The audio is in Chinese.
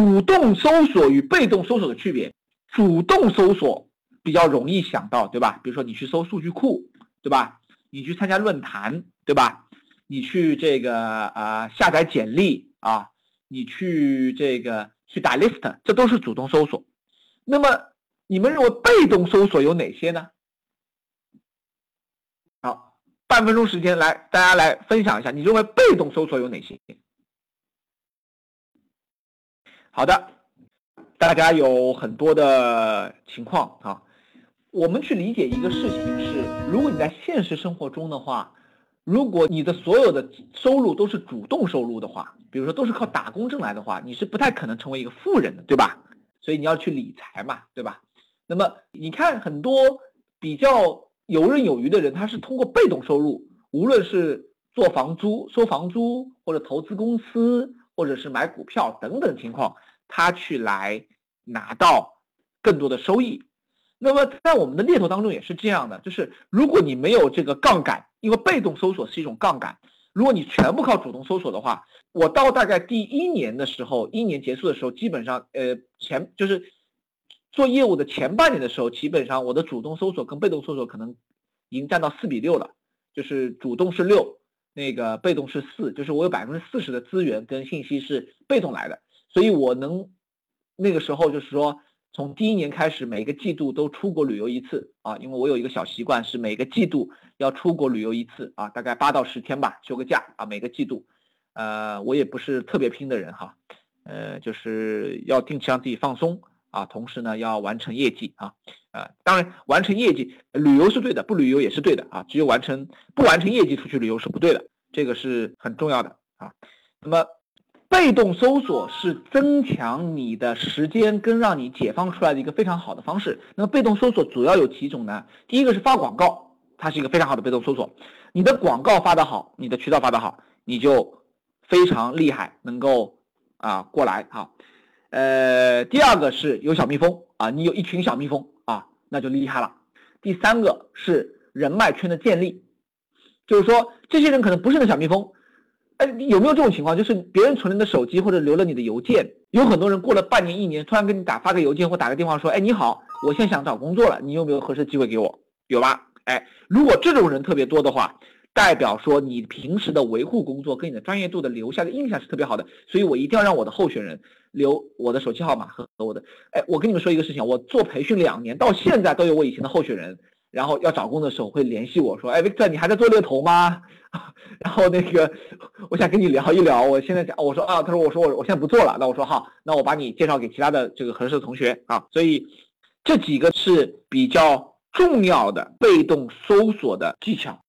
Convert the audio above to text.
主动搜索与被动搜索的区别，主动搜索比较容易想到，对吧？比如说你去搜数据库，对吧？你去参加论坛，对吧？你去这个下载简历啊，你去打 list， 这都是主动搜索。那么你们认为被动搜索有哪些呢？好，半分钟时间来，大家来分享一下，你认为被动搜索有哪些？好的，大家有很多的情况啊。我们去理解一个事情是，如果你在现实生活中的话，如果你的所有的收入都是主动收入的话，比如说都是靠打工挣来的话，你是不太可能成为一个富人的，对吧？所以你要去理财嘛，对吧？那么你看很多比较游刃有余的人，他是通过被动收入，无论是做房租、收房租，或者投资公司，或者是买股票等等情况，他去来拿到更多的收益。那么在我们的猎头当中也是这样的，就是如果你没有这个杠杆，因为被动搜索是一种杠杆，如果你全部靠主动搜索的话，我到大概第1年的时候，1年结束的时候，基本上就是做业务的前半年的时候，基本上我的主动搜索跟被动搜索可能已经占到4比6了，就是主动是6，那个被动是4，就是我有40%的资源跟信息是被动来的，所以我能那个时候就是说从第1年开始，每个季度都出国旅游1次啊，因为我有一个小习惯是每个季度要出国旅游1次啊，大概8到10天吧，休个假啊，每个季度，我也不是特别拼的人哈，就是要定期让自己放松啊，同时呢要完成业绩啊，当然完成业绩，旅游是对的，不旅游也是对的啊，只有不完成业绩出去旅游是不对的，这个是很重要的啊。那么被动搜索是增强你的时间跟让你解放出来的一个非常好的方式。那么被动搜索主要有几种呢？第一个是发广告，它是一个非常好的被动搜索。你的广告发得好，你的渠道发得好，你就非常厉害，能够过来哈。第二个是有小蜜蜂啊，你有一群小蜜蜂啊，那就厉害了。第三个是人脉圈的建立，就是说这些人可能不是那小蜜蜂。有没有这种情况，就是别人存了你的手机或者留了你的邮件，有很多人过了半年1年突然跟你发个邮件或打个电话说，你好，我现在想找工作了，你有没有合适的机会给我？有吧？如果这种人特别多的话，代表说你平时的维护工作跟你的专业度的留下的印象是特别好的，所以我一定要让我的候选人留我的手机号码和我的。我跟你们说一个事情，我做培训2年到现在都有我以前的候选人，然后要找工的时候会联系我说，Victor 你还在做猎头吗？然后那个我想跟你聊一聊，我现在讲，我说他说我现在不做了，那我说好，那我把你介绍给其他的这个合适的同学啊，所以这几个是比较重要的被动搜索的技巧。